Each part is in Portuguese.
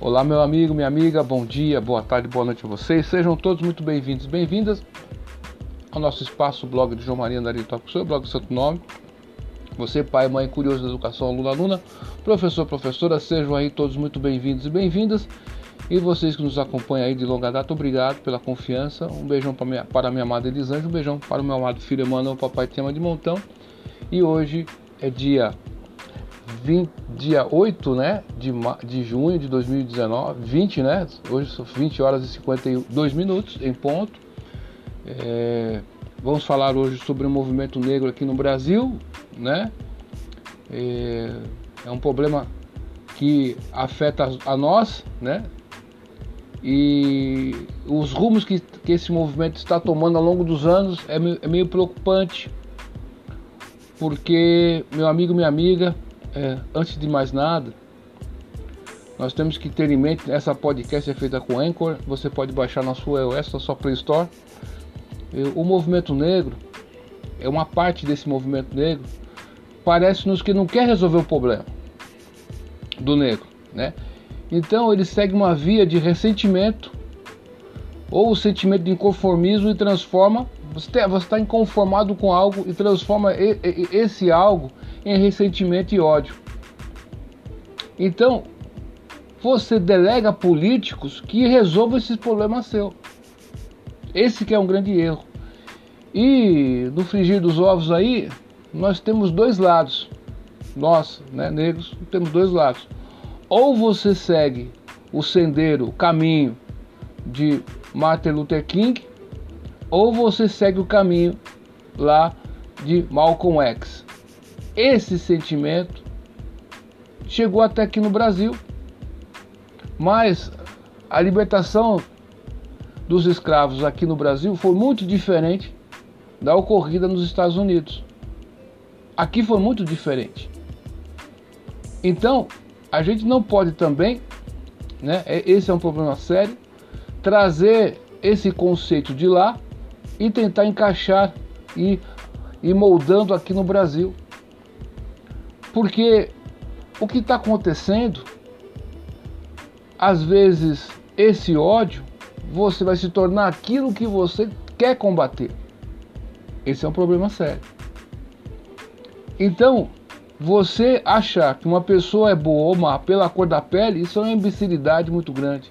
Olá, meu amigo, minha amiga, bom dia, boa tarde, boa noite a vocês. Sejam todos muito bem-vindos e bem-vindas ao nosso espaço, o blog de João Maria Andarilho Top, seu blog do Santo Nome. Você, pai, mãe, curioso da educação, aluno, aluna, professor, professora, sejam aí todos muito bem-vindos e bem-vindas. E vocês que nos acompanham aí de longa data, obrigado pela confiança. Um beijão para a minha amada Elisângela, um beijão para o meu amado filho Emmanuel, o papai te ama de montão. E hoje é dia 8, né, de junho de 2019, 20, né, hoje são 20 horas e 52 minutos em ponto. Vamos falar hoje sobre o movimento negro aqui no Brasil, né, é um problema que afeta a nós, né, e os rumos que esse movimento está tomando ao longo dos anos é meio preocupante, porque, meu amigo, minha amiga, antes de mais nada, nós temos que ter em mente, essa podcast é feita com Anchor, você pode baixar na sua iOS, na sua Play Store. O movimento negro, é uma parte desse movimento negro, parece-nos que não quer resolver o problema do negro, né? Então ele segue uma via de ressentimento, ou o sentimento de inconformismo, e transforma, você está inconformado com algo e transforma esse algo em ressentimento e ódio. Então, você delega a políticos que resolvam esses problemas seus. Esse que é um grande erro. E no frigir dos ovos aí, nós temos dois lados. Nós, né, negros, temos dois lados. Ou você segue o sendeiro, o caminho de Martin Luther King, ou você segue o caminho lá de Malcolm X. Esse sentimento chegou até aqui no Brasil, mas a libertação dos escravos aqui no Brasil foi muito diferente da ocorrida nos Estados Unidos. Aqui foi muito diferente. Então, a gente não pode também, né, esse é um problema sério, trazer esse conceito de lá e tentar encaixar e moldando aqui no Brasil. Porque o que está acontecendo, às vezes esse ódio, você vai se tornar aquilo que você quer combater. Esse é um problema sério. Então, você achar que uma pessoa é boa ou má pela cor da pele, isso é uma imbecilidade muito grande.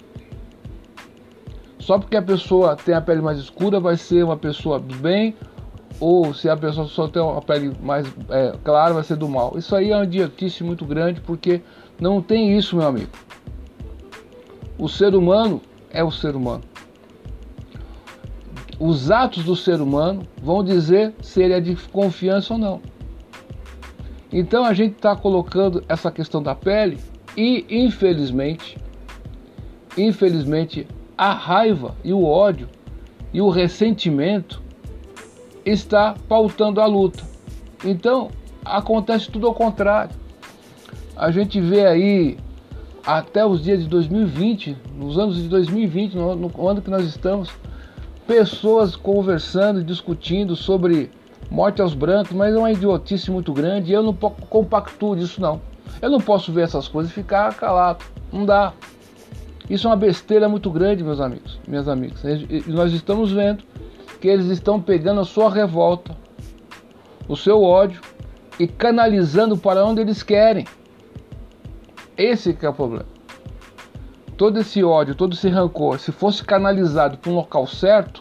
Só porque a pessoa tem a pele mais escura vai ser uma pessoa do bem, ou se a pessoa só tem uma pele mais clara vai ser do mal. Isso aí é uma idiotice muito grande, porque não tem isso, meu amigo. O ser humano é o ser humano. Os atos do ser humano vão dizer se ele é de confiança ou não. Então a gente está colocando essa questão da pele e, infelizmente, a raiva e o ódio e o ressentimento está pautando a luta. Então acontece tudo ao contrário. A gente vê aí até os dias de 2020, nos anos de 2020, no ano que nós estamos, pessoas conversando e discutindo sobre morte aos brancos, mas é uma idiotice muito grande e eu não compactuo disso não. Eu não posso ver essas coisas e ficar calado, não dá. Isso é uma besteira muito grande, meus amigos, minhas amigas. E nós estamos vendo que eles estão pegando a sua revolta, o seu ódio e canalizando para onde eles querem. Esse que é o problema. Todo esse ódio, todo esse rancor, se fosse canalizado para um local certo,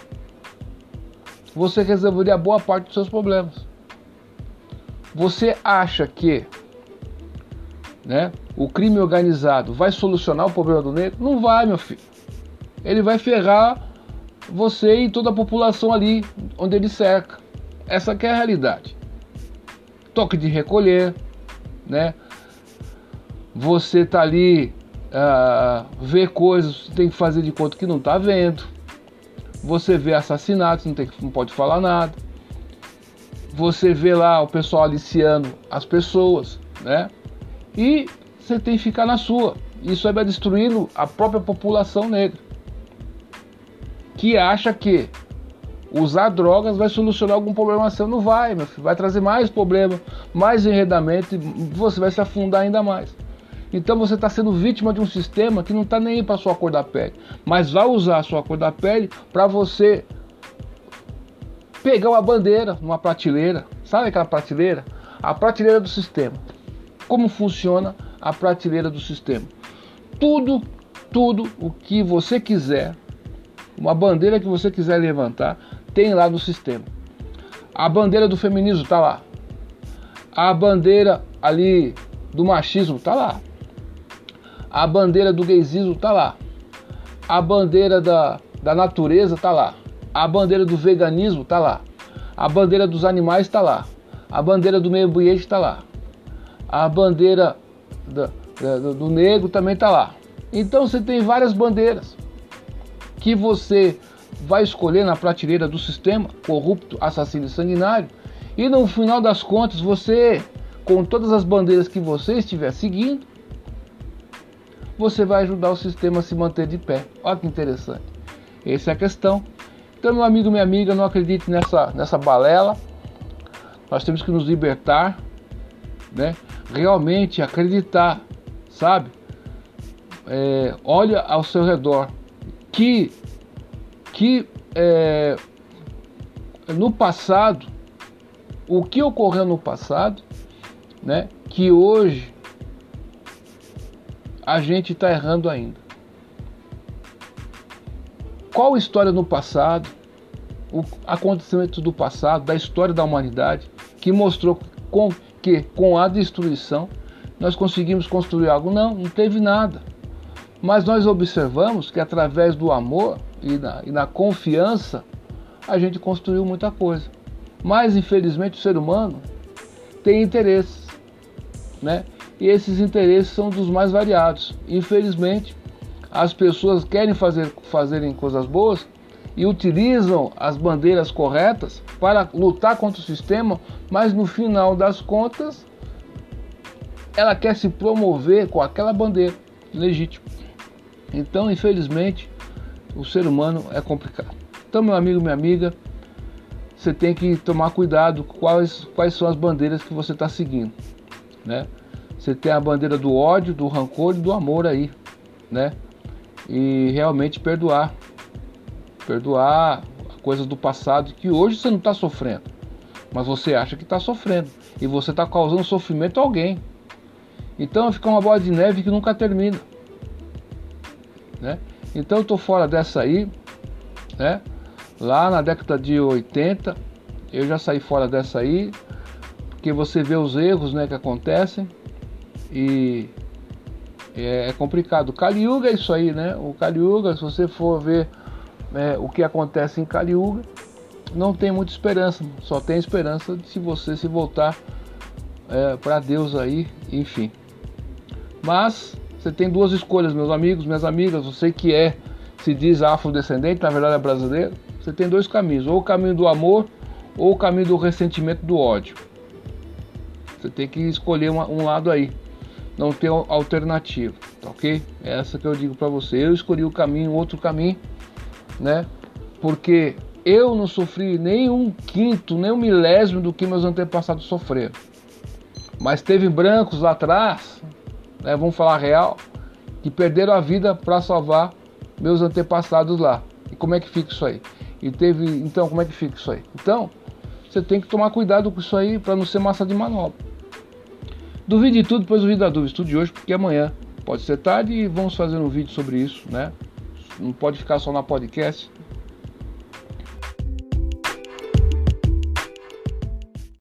você resolveria boa parte dos seus problemas. Você acha que, né, o crime organizado vai solucionar o problema do negro? Não vai, meu filho. Ele vai ferrar você e toda a população ali onde ele cerca. Essa que é a realidade. Toque de recolher, né? Você tá ali, vê coisas, tem que fazer de conta que não tá vendo. Você vê assassinatos, não pode falar nada. Você vê lá o pessoal aliciando as pessoas, né? E você tem que ficar na sua. Isso vai destruindo a própria população negra, que acha que usar drogas vai solucionar algum problema seu. Não vai, meu filho. Vai trazer mais problema, mais enredamento e você vai se afundar ainda mais. Então você está sendo vítima de um sistema que não está nem aí para a sua cor da pele, mas vai usar a sua cor da pele para você pegar uma bandeira numa prateleira. Sabe aquela prateleira? A prateleira do sistema. Como funciona a prateleira do sistema? Tudo o que você quiser, uma bandeira que você quiser levantar, tem lá no sistema. A bandeira do feminismo está lá. A bandeira ali do machismo está lá. A bandeira do gaysismo está lá. A bandeira da natureza está lá. A bandeira do veganismo está lá. A bandeira dos animais está lá. A bandeira do meio ambiente está lá. A bandeira do negro também está lá. Então você tem várias bandeiras que você vai escolher na prateleira do sistema corrupto, assassino e sanguinário. E no final das contas, você, com todas as bandeiras que você estiver seguindo, você vai ajudar o sistema a se manter de pé. Olha que interessante. Essa é a questão. Então, meu amigo, minha amiga, não acredite nessa balela. Nós temos que nos libertar, né? Realmente acreditar, sabe? Olha ao seu redor que no passado, o que ocorreu no passado, né? Que hoje a gente está errando ainda. Qual história no passado, o acontecimento do passado, da história da humanidade, que mostrou que com a destruição nós conseguimos construir algo? Não teve nada. Mas nós observamos que através do amor e na confiança a gente construiu muita coisa. Mas infelizmente o ser humano tem interesses, né? E esses interesses são dos mais variados. Infelizmente, as pessoas querem fazerem coisas boas e utilizam as bandeiras corretas para lutar contra o sistema, mas no final das contas, ela quer se promover com aquela bandeira legítima. Então, infelizmente, o ser humano é complicado. Então, meu amigo, minha amiga, você tem que tomar cuidado quais são as bandeiras que você está seguindo, né? Você tem a bandeira do ódio, do rancor e do amor aí, né? E realmente perdoar coisas do passado que hoje você não está sofrendo, mas você acha que está sofrendo e você está causando sofrimento a alguém. Então fica uma bola de neve que nunca termina, né? Então eu estou fora dessa aí, né? Lá na década de 80 eu já saí fora dessa aí, porque você vê os erros, né, que acontecem. E é complicado. O Kali Yuga é isso aí, né? O Kali Yuga, se você for ver o que acontece em Kali Yuga, não tem muita esperança. Só tem esperança se você se voltar para Deus aí, enfim. Mas você tem duas escolhas, meus amigos, minhas amigas. Você que se diz afrodescendente, na verdade é brasileiro. Você tem dois caminhos, ou o caminho do amor ou o caminho do ressentimento, do ódio. Você tem que escolher um lado aí. Não tem alternativa, tá ok? É essa que eu digo para você. Eu escolhi outro caminho, né? Porque eu não sofri nem um quinto, nem um milésimo do que meus antepassados sofreram. Mas teve brancos lá atrás, né, vamos falar real, que perderam a vida para salvar meus antepassados lá. E como é que fica isso aí? Então, como é que fica isso aí? Então, você tem que tomar cuidado com isso aí para não ser massa de manobra. Duvide de tudo, depois duvide da dúvida. Estude hoje, porque amanhã pode ser tarde e vamos fazer um vídeo sobre isso, né? Não pode ficar só na podcast,